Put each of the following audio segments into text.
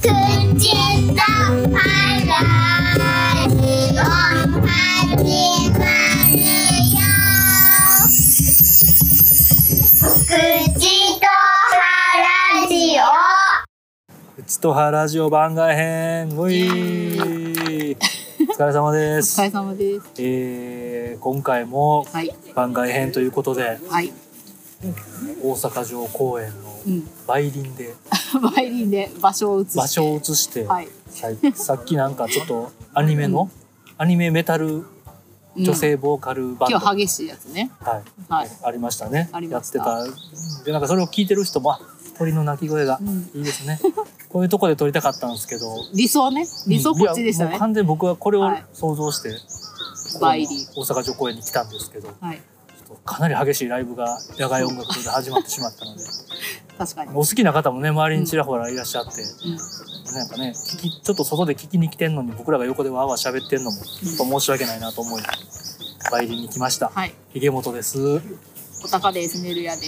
口と歯ラジオ番外編。おいー。お疲れ様です。 お疲れ様です。 今回も番外編ということで、 はい、 大阪城公園の梅林で、 梅林で場所を移して、 はい、 さっきなんかちょっとアニメメタル女性ボーカルバンド、 今日激しいやつね、 はい、ありましたね。 やってたで、なんかそれを聞いてる人も鳥の鳴き声がいいですね。こういうとこで撮りたかったんですけど、 理想こっちでしたね。 もう完全に僕はこれを想像して、 梅林大阪城公園に来たんですけど、 はい、 ちょっとかなり激しいライブが野外音楽で始まってしまったので確かにお好きな方もね周りにちらほらいらっしゃって、なんかねちょっと外で聞きに来てんのに僕らが横でわーわー喋ってんのもちょっと申し訳ないなと思い、梅林に来ました。ひげもとです。 おたかです。ねるやです。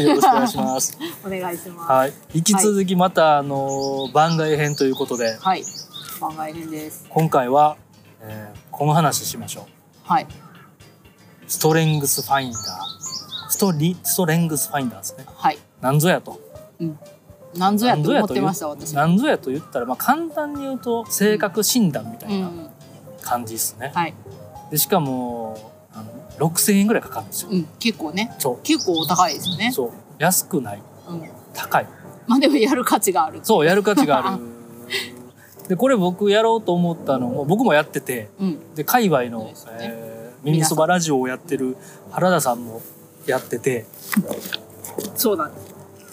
よろしくお願いします。 お願いします。 はい。引き続きまた番外編ということで、 はい。番外編です。 今回は、この話しましょう。 はい。 ストレングスファインダー。ストレングスファインダーですね。 はい。 なんぞやと。 なんぞやと思ってました私。 なんぞやと言ったら簡単に言うと性格診断みたいな感じですね。 はい。 でしかも6000円ぐらいかかるんですよ。 結構ね。 そう。 結構お高いですよね。 そう。安くない。高い。 まあでもやる価値がある。 そう、やる価値がある。で、これ僕やろうと思ったのも、僕もやってて、で、界隈の、耳そばラジオをやってる原田さんもやってて。 そうなんです。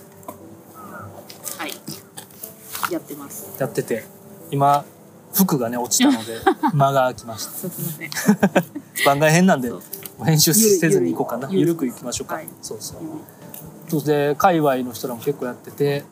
はい。やってます。 やってて。今、服がね、落ちたので、間が空きました。 すいません。 番外編なんで、編集せずに行こうかな。ゆるく行きましょうか。そうそう。そして界隈の人らも結構やってて、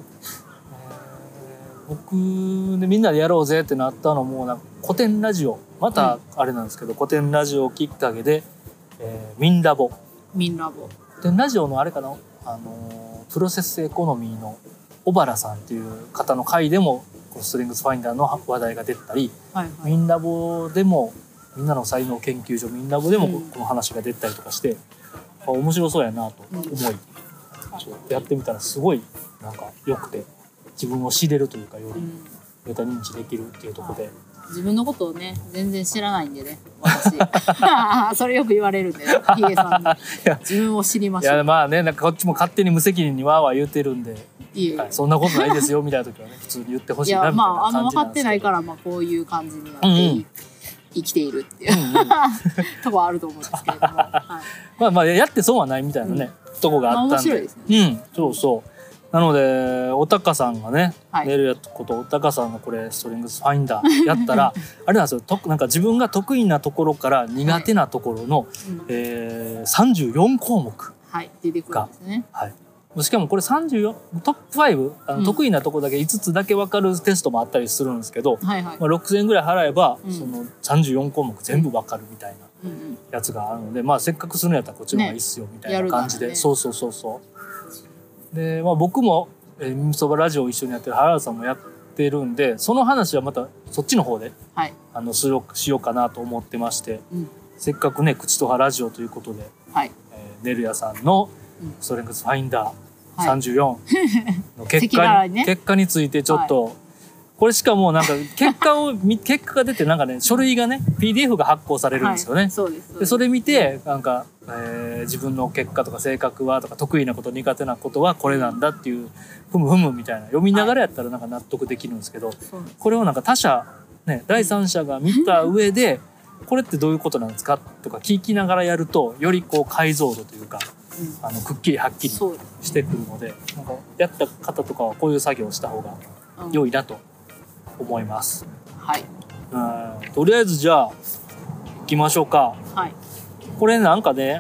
僕でみんなでやろうぜってなったのもなんか古典ラジオまたあれなんですけど、古典ラジオきっかけで、ミンラボ古典ラジオのあれかな、プロセスエコノミーの小原さんっていう方の回でもこのストレングスファインダーの話題が出たり、ミンラボでもみんなの才能研究所ミンラボでもこの話が出たりとかして、面白そうやなと思い、やってみたらすごいなんか良くて自分を知れるというかよりメタ認知できるっていうところで、 自分のことをね全然知らないんでね私それよく言われるんでねヒゲさんに自分を知りましょう。 いやまあねなんかこっちも勝手に無責任にわーわー言うてるんで、そんなことないですよみたいな時はね普通に言ってほしいなみたいな感じなんですけど、 分かってないからこういう感じになって生きているっていうとこあると思うんですけれども、 やって損はないみたいなね、とこがあったんで、 面白いですね。 そうそう。なのでおたかさんがね、寝るやことおたかさんがこれストレングスファインダーやったらあれなんですよ、なんか自分が得意なところから苦手なところの、34項目出てくるんですね。 しかもこれ34トップ5、得意なところだけ5つだけ分かるテストもあったりするんですけど、6000円ぐらい払えば、その34項目全部分かるみたいなやつがあるので、せっかくするんやったらこっちの方がいいっすよみたいな感じで、そうで、僕も耳そばラジオを一緒にやってる原田さんもやってるんで、その話はまたそっちの方で、しようかなと思ってまして、せっかくね口と歯ラジオということで、ねるやさんのストレングスファインダー34の結果についてちょっと、これしかもなんか結果が出てなんかね書類がね PDF が発行されるんですよね。でそれ見てなんか、自分の結果とか性格はとか得意なこと苦手なことはこれなんだっていうふむふむみたいな読みながらやったらなんか納得できるんですけど、これをなんか他者ね第三者が見た上でこれってどういうことなんですかとか聞きながらやるとよりこう解像度というか、くっきりはっきりしてくるので、なんかやった方とかはこういう作業をした方が良いなと思います。とりあえずじゃあ行きましょうか。これなんかね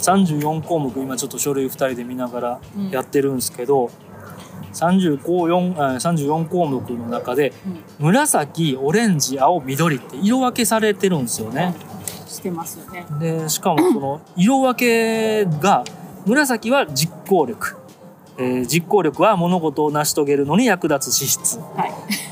34項目今ちょっと書類2人で見ながらやってるんですけど、34項目の中で、紫オレンジ青緑って色分けされてるんですよね。 してますよね。 でしかもその色分けが紫は実行力、 実行力は物事を成し遂げるのに役立つ資質、はい、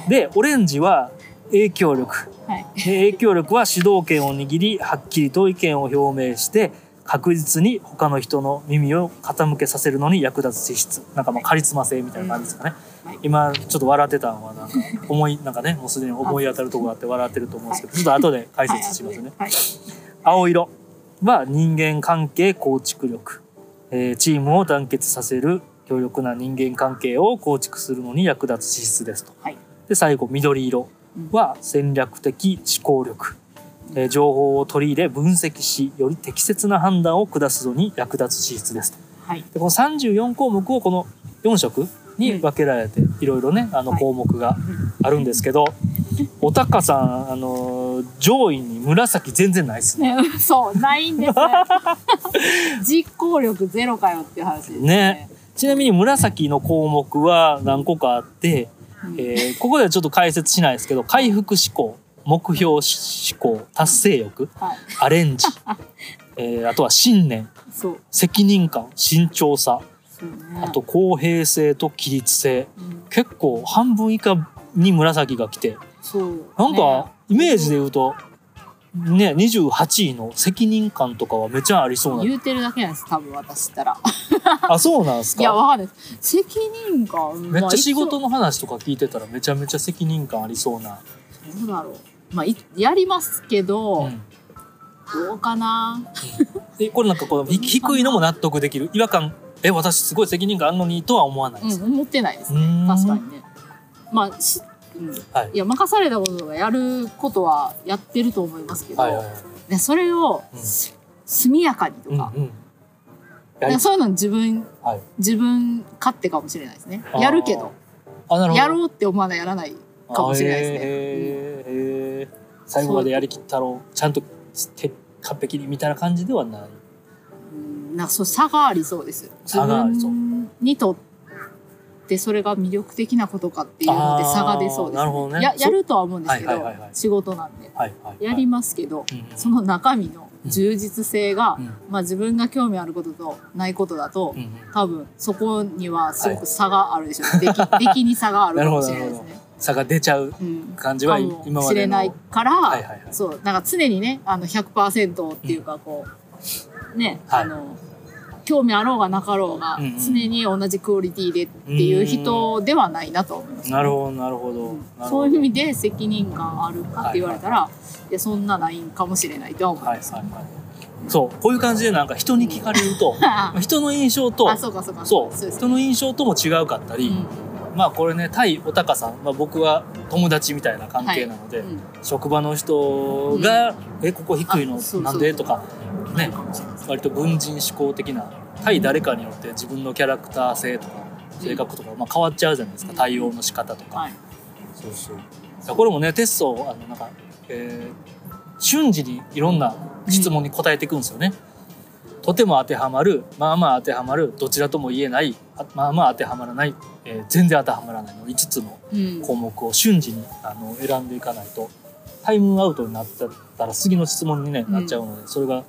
でオレンジは影響力、はい、で影響力は主導権を握りはっきりと意見を表明して確実に他の人の耳を傾けさせるのに役立つ資質。なんかまあカリスマ性みたいな感じですかね、はい、今ちょっと笑ってたのはなんかなんかねもうすでに思い当たるところがあって笑ってると思うんですけど、ちょっと後で解説しますね、はいはい、青色は人間関係構築力、チームを団結させる強力な人間関係を構築するのに役立つ資質ですと、はい、で最後緑色は戦略的思考力、情報を取り入れ分析しより適切な判断を下すのに役立つ資質ですと、はい、でこの34項目をこの4色に分けられていろいろね項目があるんですけど、おたかさん上位に紫全然ないですね。 そうないんです実行力ゼロかよっていう話ですね。 ちなみに紫の項目は何個かあって、ここではちょっと解説しないですけど、回復思考、目標思考、達成欲、はい、アレンジ、あとは信念、責任感、慎重さ、あと公平性と規律性、結構半分以下に紫が来て、なんかイメージで言うとね、28位の責任感とかはめちゃありそうな。 言うてるだけなんです多分私ったらあ、そうなんですか。 いやわかんないです。責任感めっちゃ仕事の話とか聞いてたらめちゃめちゃ責任感ありそうな。 どうだろう、まあ、やりますけど、どうかな、 これなんかこの低いのも納得できる。違和感、私すごい責任感あるのにとは思わないです、 思ってないですね。確かにね。まあはい、いや任されたこととかやることはやってると思いますけど、でそれを、速やかにとか、そういうの自分勝手かもしれないですね。やるけどやろうって思わないやらないかもしれないですね。 最後までやりきったろうちゃんと完璧にみたいな感じではない。 なんかそう差がありそうです。自分にとってそれが魅力的なことかっていうので差が出そうです、ね。なるほどね。やるとは思うんですけど、仕事なんで、やりますけど、その中身の充実性が、まあ自分が興味あることとないことだと、多分そこにはすごく差があるでしょうね。出来に差があるかもしれないですね。 差が出ちゃう感じは今までの知れないから、そうなんか常にね100% っていうかこうね、興味あろうがなかろうが、常に同じクオリティでっていう人ではないなと思います、ね。 なるほどなるほど。 そういう意味で責任感あるかって言われたら、いやそんなないんかもしれないとは思います。 そうこういう感じでなんか人に聞かれると人の印象と人の印象とも違うかったり。まあこれね対おたかさん、僕は友達みたいな関係なので、職場の人がここ低いのなんでとかね、割と文人思考的な対誰かによって自分のキャラクター性とか性格とか変わっちゃうじゃないですか、対応の仕方とか、そうこれもねテストをなんか、瞬時にいろんな質問に答えていくんですよね。とても当てはまる、まあまあ当てはまる、どちらとも言えない、まあまあ当てはまらない、全然当てはまらないの5つの項目を瞬時に選んでいかないとタイムアウトになったら次の質問に、なっちゃうので、それが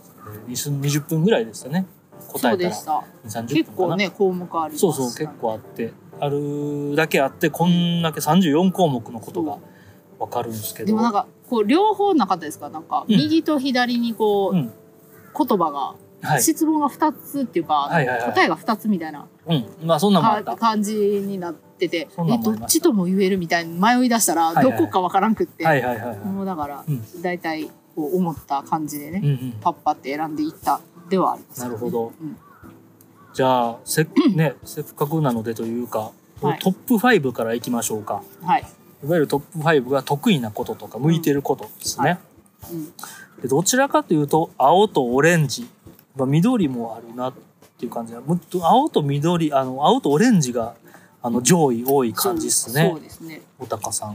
20分ぐらいでしたね。答えたら2、30分かな。 結構ね項目あります。 そう結構あってあるだけあってこんだけ34項目のことが分かるんですけど、 でもなんかこう両方なかったですか。なんか右と左にこう、言葉が質問が2つっていうか、答えが2つみたいな感じになってて、どっちとも言えるみたいに迷い出したらどこかわからんくって、もうだから大体こう思った感じでね、パッパって選んでいったではあります。 なるほど。じゃあせっかくなのでというか、トップ5からいきましょうか。いわゆるトップ5が得意なこととか向いてることですね。でどちらかというと青とオレンジ、緑もあるなっていう感じで、青と緑、青とオレンジが上位多い感じですね。そうですね。おたかさん。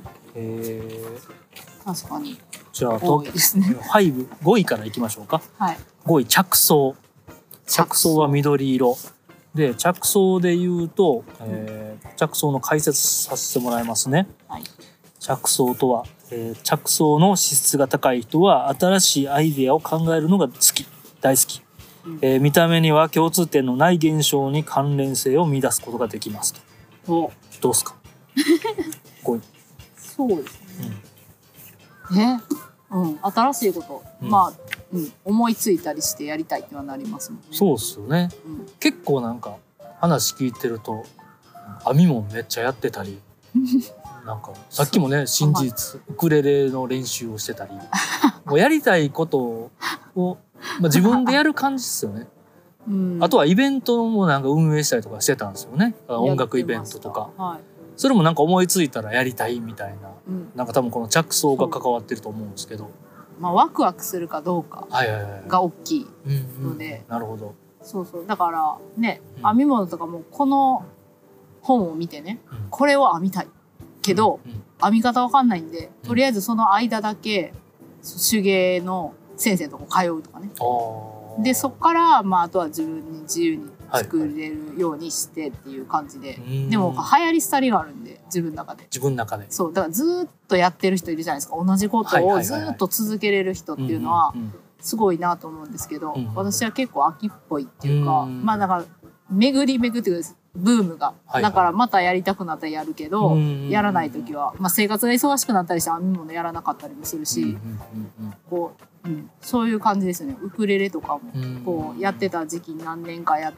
確かに。 じゃあ多いですね。5位からいきましょうか。5位着想。着想は緑色で、着想で言うと、着想の解説させてもらいますね。着想とは、着想の資質が高い人は新しいアイデアを考えるのが大好き。 見た目には共通点のない現象に関連性を見出すことができますと。どうすかこうそうですね。新しいこと、まあ、思いついたりしてやりたいってはなりますもんね。 そうっすよね。結構なんか話聞いてると編み物めっちゃやってたりなんかさっきもね真実ウクレレの練習をしてたりもうやりたいことを、自分でやる感じですよね。あとはイベントもなんか運営したりとかしてたんですよね。音楽イベントとか、それもなんか思いついたらやりたいみたいな、なんか多分この着想が関わってると思うんですけど、 ワクワクするかどうかが大きいので、 なるほど。 そうだからね、編み物とかもこの本を見てね、これを編みたいけど、編み方わかんないんで、とりあえずその間だけ手芸の先生のとこ通うとかね。でそこからあとは自分に自由に作れるようにしてっていう感じで、でも流行り廃りがあるんで自分の中で。そうだからずっとやってる人いるじゃないですか。同じことをずっと続けれる人っていうのはすごいなと思うんですけど、私は結構秋っぽいっていうか、だから巡り巡ってくるんです。ブームが、だからまたやりたくなったらやるけど、やらない時は、生活が忙しくなったりして編み物やらなかったりもするし、そういう感じですよね。ウクレレとかもこうやってた時期に何年かやって、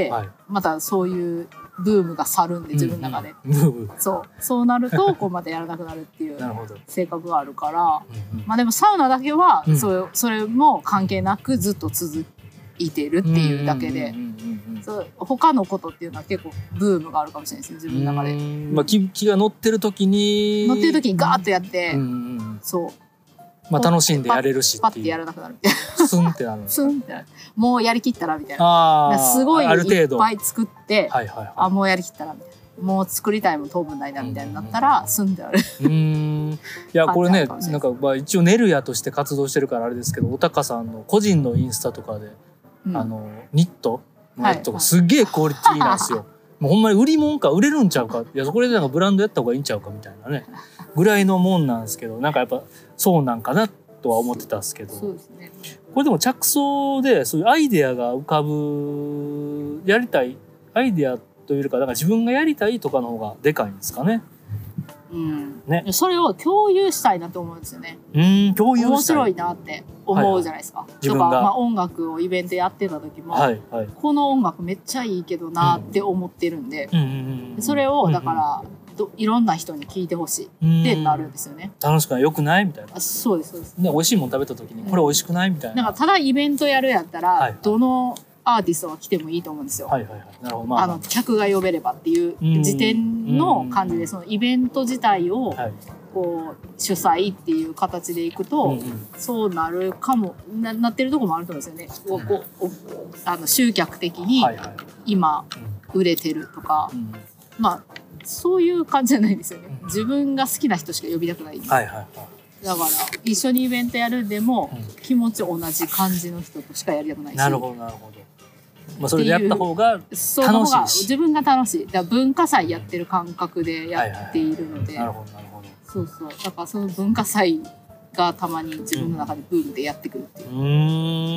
またそういうブームが去るんで自分の中で、そうなるとこうまたやらなくなるっていう性格があるから、でもサウナだけはそれも関係なくずっと続いてるっていうだけで。他のことっていうのは結構ブームがあるかもしれないですね、自分の中で。 気が乗ってる時にガーッとやって、 楽しんでやれるしパッてやらなくなるみたいな。 スンってなる。 スンってなる。もうやりきったらみたいな。すごいいっぱい作って、もうやりきったらみたいな。もう作りたいもん当分ないなみたいになったらスンってなる。 いやこれね、なんか一応ネルヤとして活動してるからあれですけど、おたかさんの個人のインスタとかで、ニットとかすげえクオリティなんですよ。もうほんまに売り物か売れるんちゃうか、いやこれでなんかブランドやった方がいいんちゃうかみたいなねぐらいのもんなんですけど、なんかやっぱそうなんかなとは思ってたんですけど、これでも着想でそういうアイデアが浮かぶ、やりたいアイデアというか、なんか自分がやりたいとかの方がでかいんですかね。 それを共有したいなと思うんですよね。 共有したい。 面白いなって思うじゃないですか。とか、音楽をイベントやってた時も、この音楽めっちゃいいけどなって思ってるんで、それをだからいろんな人に聞いてほしいってなるんですよね。 楽しくない、良くないみたいな。 そうですそうです。 美味しいもの食べた時にこれ美味しくないみたいな。 なんかただイベントやるやったら、どのアーティストが来てもいいと思うんですよ。客が呼べればっていう時点の感じで、そのイベント自体をこう主催っていう形でいくと、そうなるかも なってるところもあると思うんですよね。集客的に今売れてるとか、そういう感じじゃないんですよね。自分が好きな人しか呼びたくないんで。だから一緒にイベントやるでも、気持ち同じ感じの人としかやりたくないし。 なるほどなるほど。それでやった方が楽しいし、 自分が楽しい。だから文化祭やってる感覚でやっているので、 なるほどなるほど。 そうだからその文化祭がたまに自分の中でブームでやってくるっていう。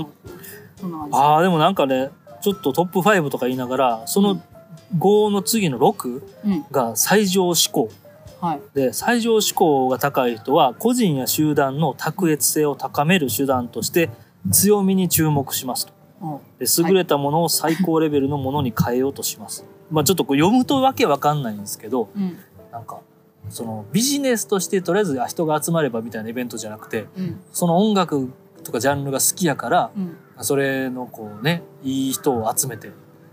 でもなんかね、ちょっとトップ5とか言いながら、その5の次の6が最上志向。で最上志向が高い人は個人や集団の卓越性を高める手段として強みに注目しますと。で優れたものを最高レベルのものに変えようとします。ちょっと読むとわけわかんないんですけど、なんかそのビジネスとしてとりあえず人が集まればみたいなイベントじゃなくて、その音楽とかジャンルが好きやから、それのこうねいい人を集めて、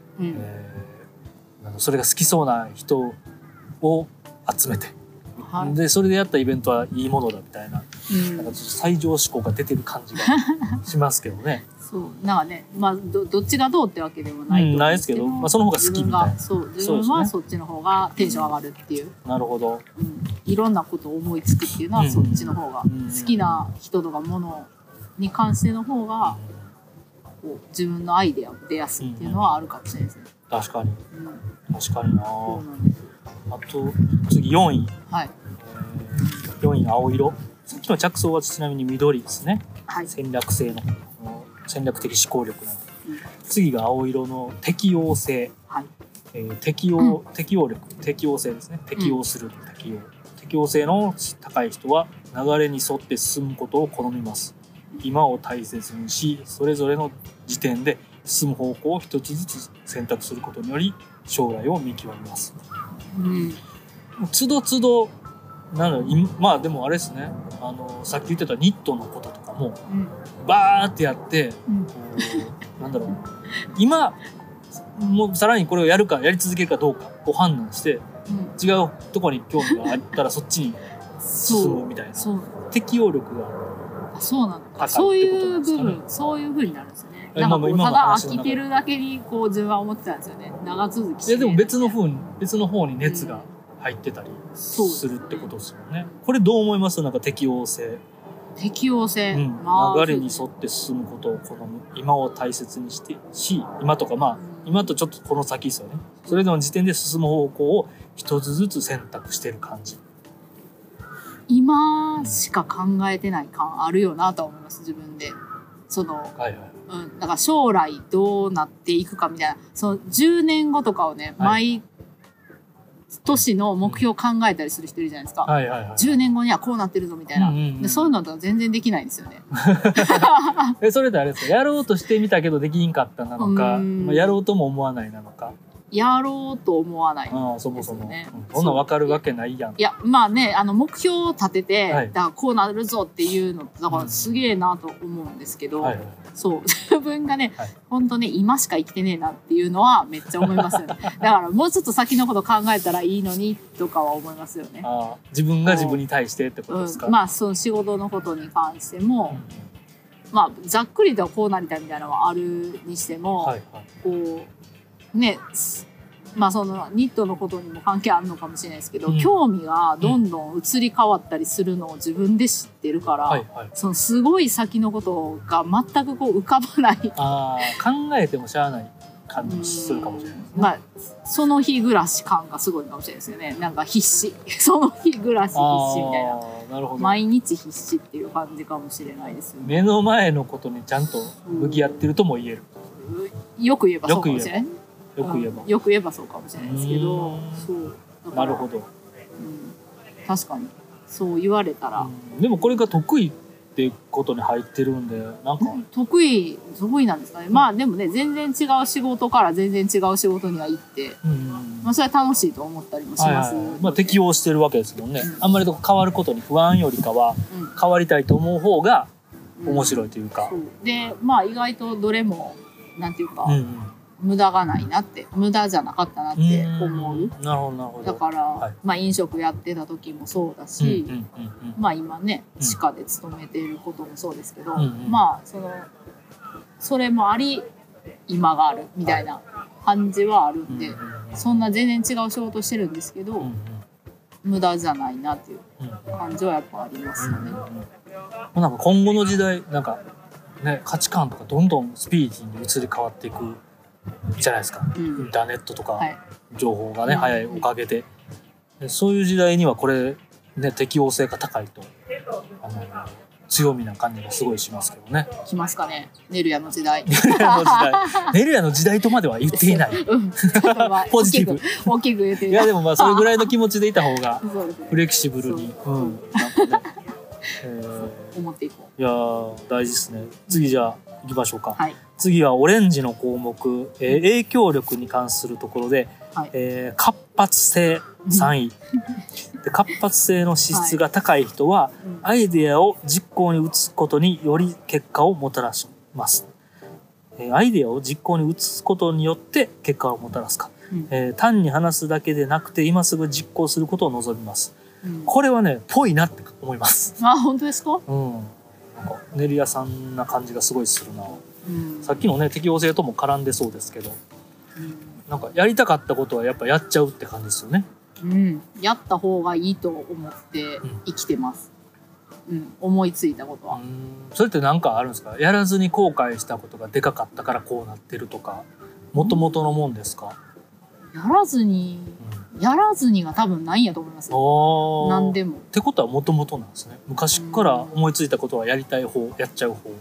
それが好きそうな人を集めて、でそれでやったイベントはいいものだみたいな、なんかちょっと最上志向が出てる感じがしますけどね。 そうなんかね、どっちがどうってわけではないと思うんですけど、 その方が好きみたいな。 自分はそっちの方がテンション上がるっていう。 なるほど。 いろんなことを思いつくっていうのはそっちの方が、好きな人とかものに関しての方がこう自分のアイデアを出やすいっていうのはあるかもしれないですね。 確かに。確かにな。あと次4位。4位青色。さっきの着想はちなみに緑ですね。戦略性の戦略的思考力なんで。 次が青色の適応性、はい、適応力、適応性ですね。適応する、適応性の高い人は流れに沿って進むことを好みます。今を大切にし、それぞれの時点で進む方向を一つずつ選択することにより将来を見極めます。つどつどまあでもあれですね、さっき言ってたニットのこととかも、バーってやって、今もうさらにこれをやり続けるかどうかを判断して、違うところに興味があったらそっちに進むみたいな適応力がそうなんだ。そういう部分、そういう風になるんですよね。なんかこうただ飽きてるだけにこう自分は思ってたんですよね。長続きして。 でも別の方に熱が入ってたりするってことですよね。これどう思います？なんか適応性。 適応性。流れに沿って進むことを好む。今を大切にして今とか今とちょっとこの先ですよね。それぞれの時点で進む方向を一つずつ選択してる感じ。 今しか考えてない感あるよなと思います、自分で。だから将来どうなっていくかみたいな、その10年後とかをね、毎年の目標を考えたりする人いるじゃないですか。10年後にはこうなってるぞみたいな。でそういうのとは全然できないんですよね。 それってあれですか、やろうとしてみたけどできんかったなのか、やろうとも思わないなのか。 やろうと思わない、 そもそもそんな分かるわけないやん。 いやまあね、目標を立てて、だからこうなるぞっていうのだからすげえなと思うんですけど、そう自分がね、本当ね今しか生きてねえなっていうのはめっちゃ思いますよね。だからもうちょっと先のこと考えたらいいのにとかは思いますよね。 自分が自分に対してってことですか？ まあその仕事のことに関しても、まあざっくりとこうなりたいみたいなのはあるにしても、こうね、まあそのニットのことにも関係あるのかもしれないですけど、興味がどんどん移り変わったりするのを自分で知ってるから、そのすごい先のことが全くこう浮かばない。 考えてもしゃあない感じするかもしれないですね。まあその日暮らし感がすごいかもしれないですよね。なんか必死、その日暮らし必死みたいな。 なるほど。 毎日必死っていう感じかもしれないですよね。 目の前のことにちゃんと向き合ってるとも言える。 よく言えばそうかもしれない。 よく言えばそうかもしれないですけど、 なるほど、 確かにそう言われたら、 でもこれが得意ってことに入ってるんで、なんか得意なんですかね。まあでもね、全然違う仕事から全然違う仕事には行って、まあそれは楽しいと思ったりもします。 まあ適応してるわけですもんね。あんまり変わることに不安よりかは、変わりたいと思う方が面白いというか、 でまあ意外とどれもなんていうか、無駄がないなって、無駄じゃなかったなって思う。 なるほどなるほど。 だから、まあ飲食やってた時もそうだし、まあ今ね地下で勤めていることもそうですけど、まあそれもあり今があるみたいな感じはあるんで、そんな全然違う仕事してるんですけど、無駄じゃないなっていう感じはやっぱありますよね。 なんか今後の時代なんかね、価値観とかどんどんスピーディーに移り変わっていくじゃないですか、インターネットとか情報がね、早いおかげで、そういう時代にはこれね、適応性が高いと強みな感じがすごいしますけどね。 きますかね、ネルヤの時代。 ネルヤの時代とまでは言っていない。ポジティブ。 大きく言ってる。 いやでもまあそれぐらいの気持ちでいた方がフレキシブルに、なんかね、 思っていこう。いや大事ですね。次じゃあ行きましょうか。 はい、 次はオレンジの項目、影響力に関するところで、活発性3位。で活発性の資質が高い人は、アイデアを実行に移すことにより結果をもたらします。アイデアを実行に移すことによって結果をもたらすか。単に話すだけでなくて今すぐ実行することを望みます。これはね、ぽいなって思います。 本当ですか？ なんかネリアさんな感じがすごいするな。さっきのね、適応性とも絡んでそうですけど、なんかやりたかったことはやっぱやっちゃうって感じですよね。 やった方がいいと思って生きてます。思いついたことは。 それって何かあるんですか？やらずに後悔したことがでかかったからこうなってるとか、もともとのもんですか？ やらずにが多分ないんやと思います。何でも。 ってことはもともとなんですね。昔から思いついたことはやりたい方、やっちゃう方。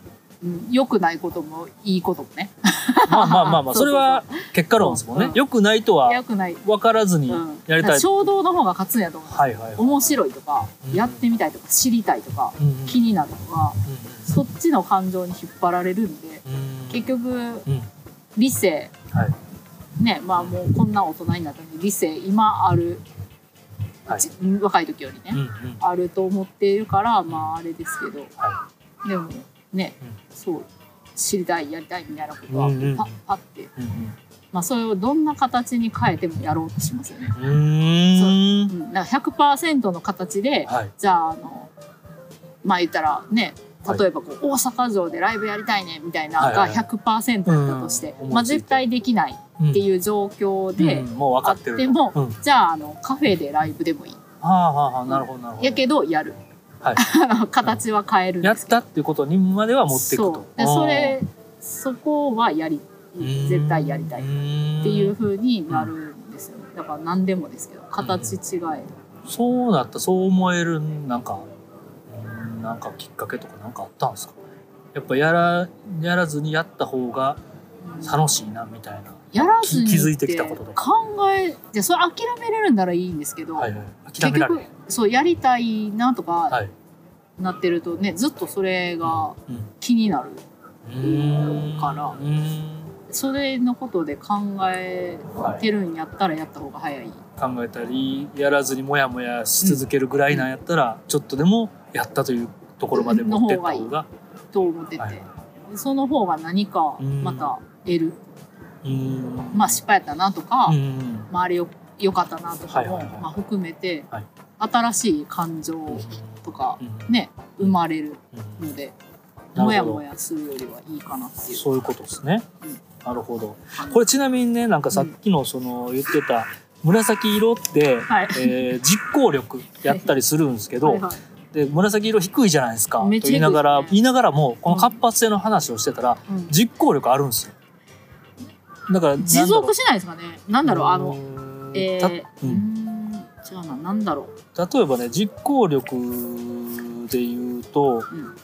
良くないこともいいこともね。 まあそれは結果論ですもんね。良くないとは分からずにやりたい。 衝動の方が勝つんやと思う。面白いとか、やってみたいとか、知りたいとか、気になるとか、そっちの感情に引っ張られるんで、結局理性ね、まあもうこんな大人になったのに理性今ある。若い時よりね、あると思っているからまああれですけど、でもね、そう知りたいやりたいみたいなことはパッて、まあそれをどんな形に変えてもやろうとしますよね。だから 100% の形で、じゃあまあ言ったらね、例えばこう大阪城でライブやりたいねみたいなのが 100% だとして、まあ絶対できないっていう状況であっても、じゃあカフェでライブでもいい。やけどやる。形は変えるんですけど。 やったっていうことにまでは持っていくと。 そこは絶対やりたいっていう風になるんですよね。だから何でもですけど、形違え。 そうなった、そう思えるなんかきっかけとかなんかあったんですか？やっぱやらずにやった方が楽しいなみたいな。 やらずに気づいてきたこととか。 じゃあそれ諦めれるんならいいんですけど、結局そうやりたいなとかなってるとね、ずっとそれが気になるから、それのことで考えてるんやったらやった方が早い。 考えたりやらずにモヤモヤし続けるぐらいなんやったら、ちょっとでもやったというところまで持ってった方がと思ってて、その方が何かまた得る。まあ失敗やったなとか、周り良かったなとかもまあ含めて、新しい感情とかね生まれるので、モヤモヤするよりはいいかなっていう。 そういうことですね。なるほど。これちなみにね、なんかさっきのその言ってた紫色って実行力やったりするんですけど、で紫色低いじゃないですかと言いながらもこの活発性の話をしてたら実行力あるんですよ。だから持続しないですかね。なんだろう違うな、なんだろう。例えばね、実行力で言うと、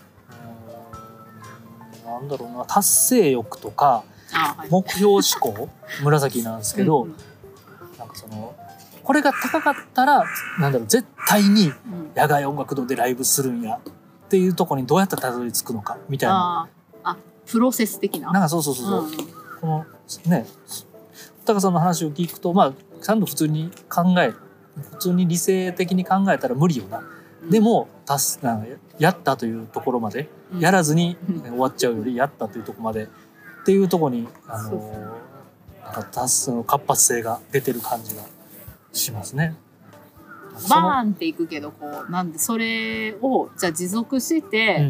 なんだろうな、達成欲とか目標志向紫なんですけど、なんかそのこれが高かったらなんだろう、絶対に野外音楽堂でライブするんやっていうところにどうやってたどり着くのかみたいな。 プロセス的な。 なんかそう。このね、高さんの話を聞くと、まあちゃんと普通に理性的に考えたら無理よな。でもやったというところまで、やらずに終わっちゃうよりやったというところまでっていうところに活発性が出てる感じがしますね。 バーンっていくけどなんでそれをじゃあ持続して、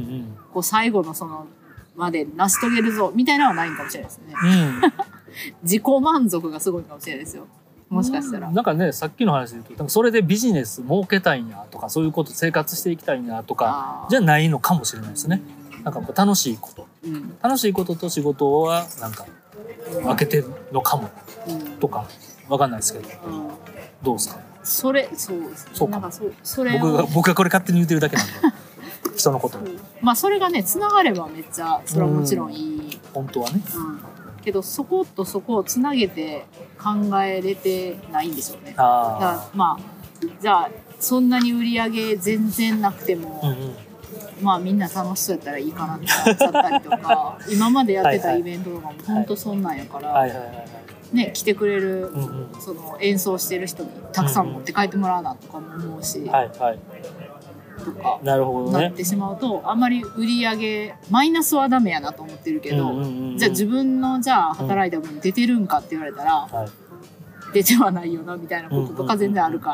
最後のそのまで成し遂げるぞみたいなのはないんかもしれないですね。自己満足がすごいかもしれないですよ。もしかしたら。なんかね、さっきの話で言うと、それでビジネス儲けたいんやとか、そういうこと生活していきたいんやとかじゃないのかもしれないですね。なんか楽しいこと、楽しいことと仕事はなんか分けてるのかも、とかわかんないですけど、どうですか？ そうですね。なんかそれ僕がこれ勝手に言ってるだけなんで。人のことまあそれがね繋がればめっちゃそれはもちろんいい、 本当はね、 けどそことそこをつなげて考えれてないんでしょうね。だからまあじゃあそんなに売り上げ全然なくても、まあみんな楽しそうやったらいいかなって思っちゃったりとか今までやってたイベントとかも本当そんなんやからね、来てくれる、その演奏してる人にたくさん持って帰ってもらうなとかも思うし、とかなってしまうと、あんまり売り上げマイナスはダメやなと思ってるけど、じゃあ自分の働いた分出てるんかって言われたら、出てはないよなみたいなこととか全然あるから、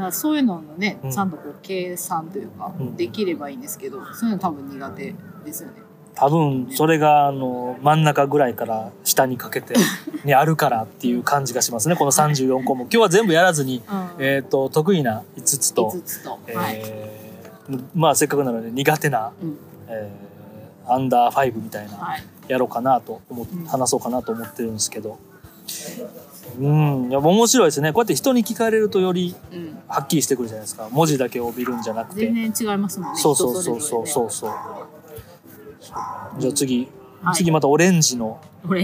そういうののね、ちゃんと計算というかできればいいんですけど、そういうの多分苦手ですよね。 多分それが真ん中ぐらいから下にかけてにあるからっていう感じがしますね。この34項目今日は全部やらずに、得意な5つと、まあせっかくなので苦手な、アンダー5みたいなやろうかなと話そうかなと思ってるんですけど、いや面白いですね。こうやって人に聞かれるとよりはっきりしてくるじゃないですか。文字だけを見るんじゃなくて全然違いますもんね。 そうじゃあ次またオレンジの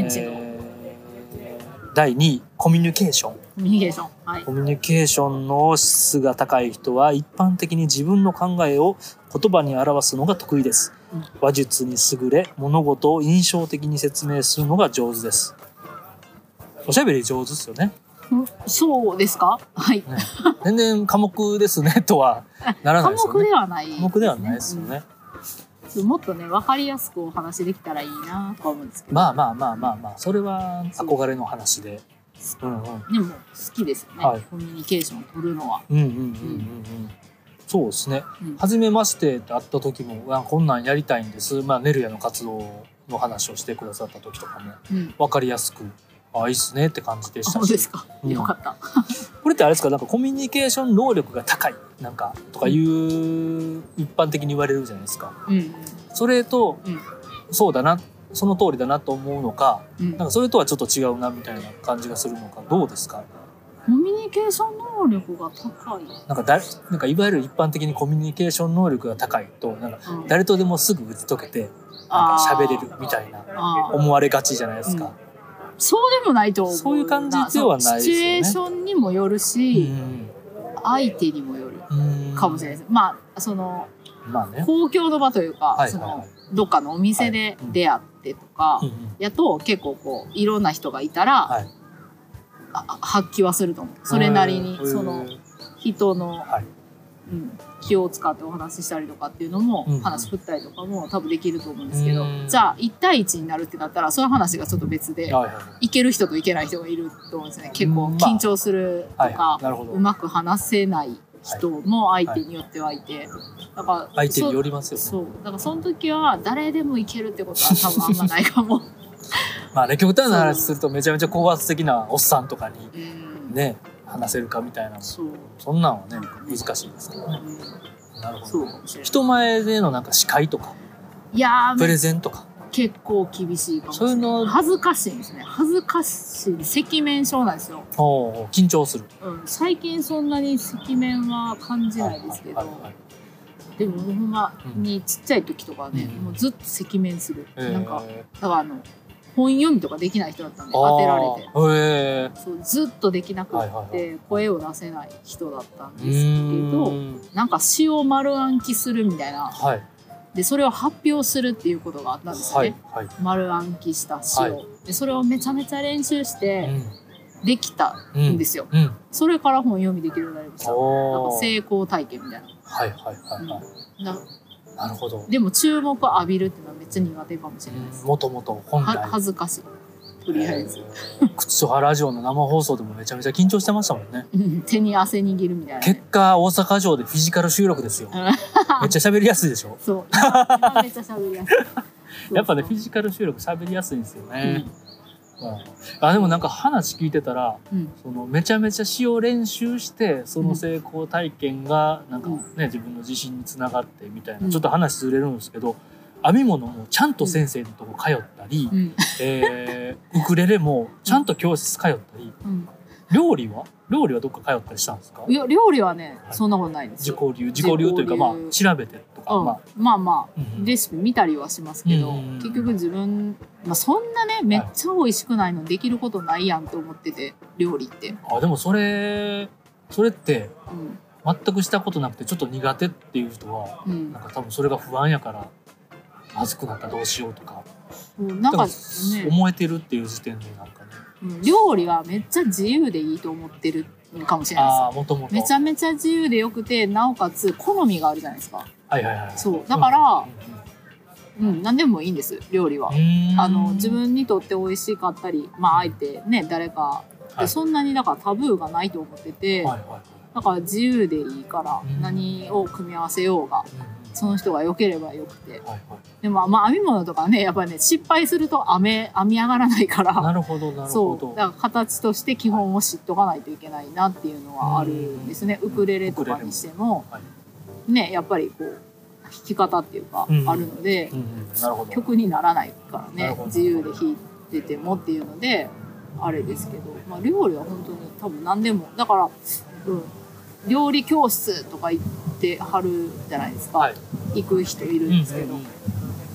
第2位、コミュニケーション。 コミュニケーション。はい。 コミュニケーションの質が高い人は一般的に自分の考えを言葉に表すのが得意です。話術に優れ、物事を印象的に説明するのが上手です。おしゃべり上手ですよね。 そうですか？はい。ね、 全然寡黙ですねとはならないですよね。 寡黙ではないですね。 寡黙ではないですよね。 もっとね、分かりやすくお話できたらいいなと思うんですけど。 まあ、それは憧れの話で。 でも好きですよね、はい、コミュニケーションを取るのは。 そうですね。初めましてって会った時も、こんなんやりたいんです。ネルヤの活動の話をしてくださった時とかも、分かりやすく、いいっすねって感じでしたし。 そうですか。よかった。 これってあれですか、なんかコミュニケーション能力が高いなんかとかいう一般的に言われるじゃないですか。それと、そうだな、その通りだなと思うのか、なんかそれとはちょっと違うなみたいな感じがするのか、どうですか？ コミュニケーション能力が高い。 なんかいわゆる一般的にコミュニケーション能力が高いと、なんか誰とでもすぐ打ち解けて、なんか喋れるみたいな思われがちじゃないですか。 そうでもないと思う。 そういう感じではないですよね。 シチュエーションにもよるし、相手にもよるかもしれないです。公共の場というか、どっかのお店で出会ってとか、やと結構こういろんな人がいたら、発揮はすると思う。それなりにその人の、気を使ってお話ししたりとかっていうのも、話振ったりとかも多分できると思うんですけど、じゃあ1対1になるってなったらその話がちょっと別で、いける人といけない人がいると思うんですよね。結構緊張するとか、うまく話せない人も相手によってはいて、だから相手によりますよね。 そうだからその時は誰でもいけるってことは多分あんまないかも。 極端な話するとめちゃめちゃ高圧的なおっさんとかにね、話せるかみたいな、そんなんはね難しいですからね。なるほど。人前でのなんか司会とかプレゼンとか結構厳しいかもしれない。そういうの恥ずかしいんですね。恥ずかしい。赤面症なんですよ。 緊張する。 最近そんなに赤面は感じないですけど、でもほんまにちっちゃい時とかね、もうずっと赤面する。なんかだから本読みとかできない人だったんで当てられて、そうずっとできなくって声を出せない人だったんですけど、なんか詩を丸暗記するみたいな、でそれを発表するっていうことがあったんですよね。丸暗記した詩を、でそれをめちゃめちゃ練習してできたんですよ。それから本読みできるようになりました。なんか成功体験みたいな。 なるほど。 でも注目を浴びるっていうのはめっちゃ苦手かもしれないです。 もともと本来恥ずかしい。とりあえず。 口と葉ラジオの生放送でもめちゃめちゃ緊張してましたもんね。 手に汗握るみたいな。 結果大阪城でフィジカル収録ですよ。めっちゃ喋りやすいでしょ。 そう。めっちゃ喋りやすい。 やっぱねフィジカル収録喋りやすいんですよね。でもなんか話聞いてたら、そのめちゃめちゃ詩を練習してその成功体験がなんかね、自分の自信につながってみたいな、ちょっと話ずれるんですけど、編み物もちゃんと先生のとこ通ったり、ウクレレもちゃんと教室通ったり、料理はどっか通ったりしたんですか？ いや料理はね、そんなことないですよ。 自己流というか調べてとか、 レシピ見たりはしますけど、結局自分そんなねめっちゃ美味しくないのできることないやんと思ってて、料理って。 でもそれって、全くしたことなくてちょっと苦手っていう人は、なんか多分それが不安やからまずくなったらどうしようとか、なんかね思えてるっていう時点でなんかね。 料理はめっちゃ自由でいいと思ってるかもしれないです。めちゃめちゃ自由でよくて、なおかつ好みがあるじゃないですか。そうだから、何でもいいんです、料理は。自分にとって美味しかったり、相手ね誰かで、そんなにだからタブーがないと思ってて、だから自由でいいから何を組み合わせようが、その人が良ければよくて、でも編み物とかね、やっぱりね失敗すると編み上がらないから、 なるほどなるほど。 そうだから形として基本を知っとかないといけないなっていうのはあるんですね。ウクレレとかにしてもね、やっぱりこう弾き方っていうかあるので、曲にならないからね、自由で弾いててもっていうのであれですけど、料理は本当に多分何でもだから、料理教室とか行ってはるじゃないですか、行く人いるんですけど、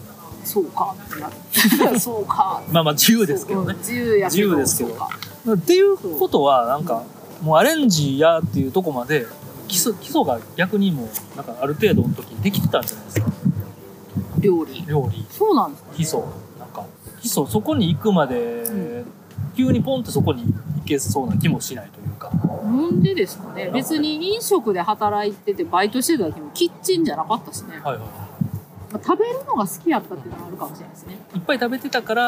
そうかってなるそうかまあまあ自由ですけどね。 自由やけど、 自由ですけど。っていうことはなんかもうアレンジやっていうとこまで基礎が逆にもうなんかある程度の時にできてたんじゃないですか。 料理そうなんですか、 基礎そこに行くまで、急にポンってそこに行けそうな気もしないというか。 なんでですかね。別に飲食で働いててバイトしてた時もキッチンじゃなかったしね。 はいはい。 食べるのが好きやったっていうのがあるかもしれないですね。 いっぱい食べてたから、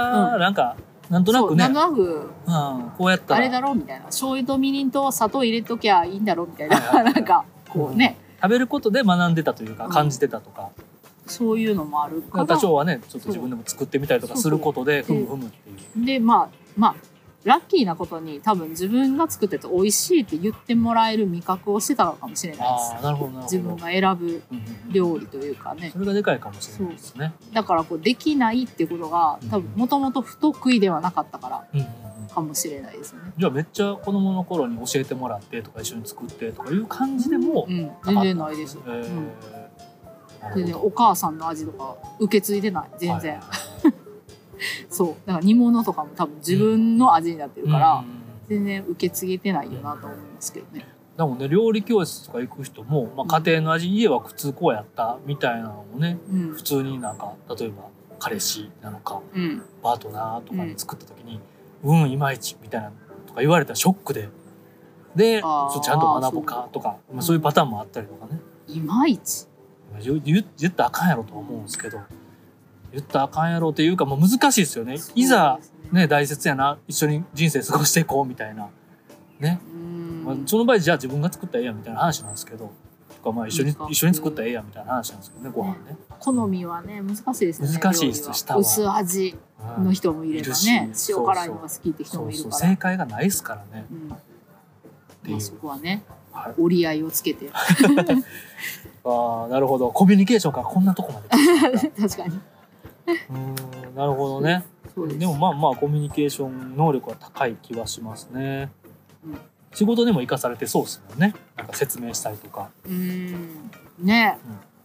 なんかなんとなくね。 なんとなく、 こうやったらあれだろうみたいな。醤油とみりんと砂糖入れときゃいいんだろうみたいな。なんかこうね、 食べることで学んでたというか、感じてたとか。 そういうのもあるから。 多少はね、ちょっと自分でも作ってみたりとかすることで、ふむふむっていう。 で、まあ、ラッキーなことに多分自分が作ってて美味しいって言ってもらえる味覚をしてたのかもしれないです。 ああ、なるほど。 自分が選ぶ料理というかね。 それがでかいかもしれないですね。 だからこうできないっていうことが多分もともと不得意ではなかったからかもしれないですね。 じゃあめっちゃ子供の頃に教えてもらってとか一緒に作ってとかいう感じでも、 全然ないです。全然お母さんの味とか受け継いでない全然。そうだから煮物とかも多分自分の味になってるから、全然受け継げてないよなと思いますけどね。 でもね、料理教室とか行く人も、家庭の味、家は普通こうやったみたいなのをね、普通になんか例えば彼氏なのか、パートナーとかに作った時に、いまいちみたいなとか言われたらショックで、ちゃんと学ぼうかとか、そういうパターンもあったりとかね。 いまいち言ったらあかんやろとは思うんですけど、言ったらあかんやろっていうか、難しいですよね。いざね、大切やな、一緒に人生過ごしていこうみたいなね。その場合じゃあ自分が作ったらええやみたいな話なんですけど、とか一緒に作ったらええやみたいな話なんですけどね、ご飯ね。 好みはね難しいですね。 難しいです。下は薄味の人もいればね、塩辛いのが好きって人もいるから。 正解がないですからね。 そこはね、折り合いをつけて。 ああ、なるほど。コミュニケーションからこんなとこまで。 確かに。 なるほどね。でもコミュニケーション能力は高い気はしますね。仕事でも生かされてそうですもんね。なんか説明したりとか。 ね、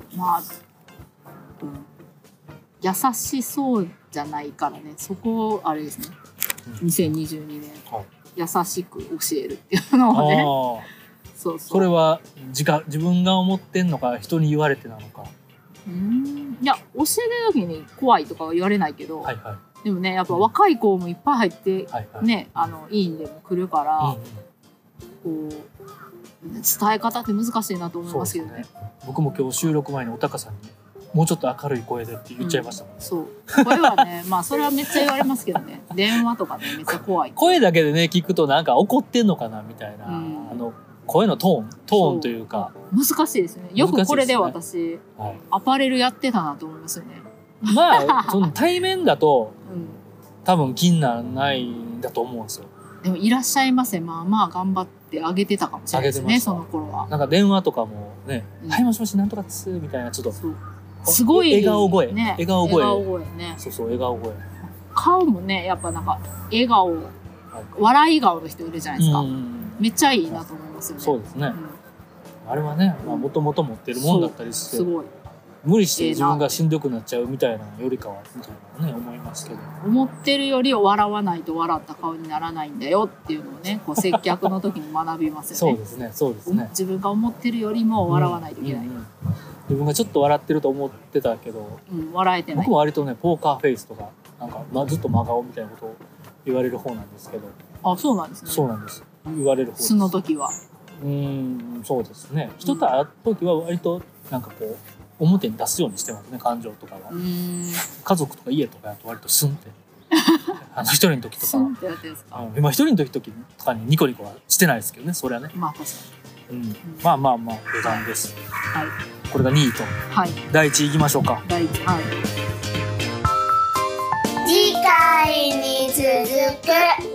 優しそうじゃないからね。そこあれですね。2022年、優しく教えるっていうのをね。 それは自分が思ってんのか人に言われてなのか。 いや教えてる時に怖いとかは言われないけど、でもねやっぱ若い子もいっぱい入ってね、いいんでも来るから、こう伝え方って難しいなと思いますけどね。 僕も今日収録前におたかさんにもうちょっと明るい声でって言っちゃいましたもんね。 そう声はねそれはめっちゃ言われますけどね。電話とかねめっちゃ怖い。 声だけでね聞くとなんか怒ってんのかなみたいな、声のトーンというか難しいですね。よくこれで私アパレルやってたなと思いますよね。 その対面だと多分気にならないんだと思うんですよ。 でもいらっしゃいませ頑張ってあげてたかもしれないですね。その頃はなんか電話とかもねはいもしもしなんとかですみたいなちょっとすごい笑顔声ね。 笑顔声ね。 そう笑顔声。 顔もねやっぱなんか笑顔笑い顔の人いるじゃないですか。めっちゃいいなと思いますよね。 そうですね。あれはねもともと持ってるもんだったりしてすごい無理して自分がしんどくなっちゃうみたいなよりかはみたいなね思いますけど、 思ってるより笑わないと笑った顔にならないんだよっていうのをねこう接客の時に学びますよね。 そうですね。 自分が思ってるよりも笑わないといけない。 自分がちょっと笑ってると思ってたけど、 笑えてない。 僕も割とねポーカーフェイスとかなんか、ずっと真顔みたいなことを言われる方なんですけど。 あ、そうなんですね。 そうなんです。言われる方です。 素の時は。 そうですね。人と会う時は割となんかこう表に出すようにしてますね、感情とかは。家族とか家とかやと割とスンって一人の時とかは今一人の時とかにニコニコはしてないですけどね、それはね。 まあ確かに。 まあ余談です。はい。これが2位と。はい。第1位いきましょうか。 第1位。はい。 次回に続く。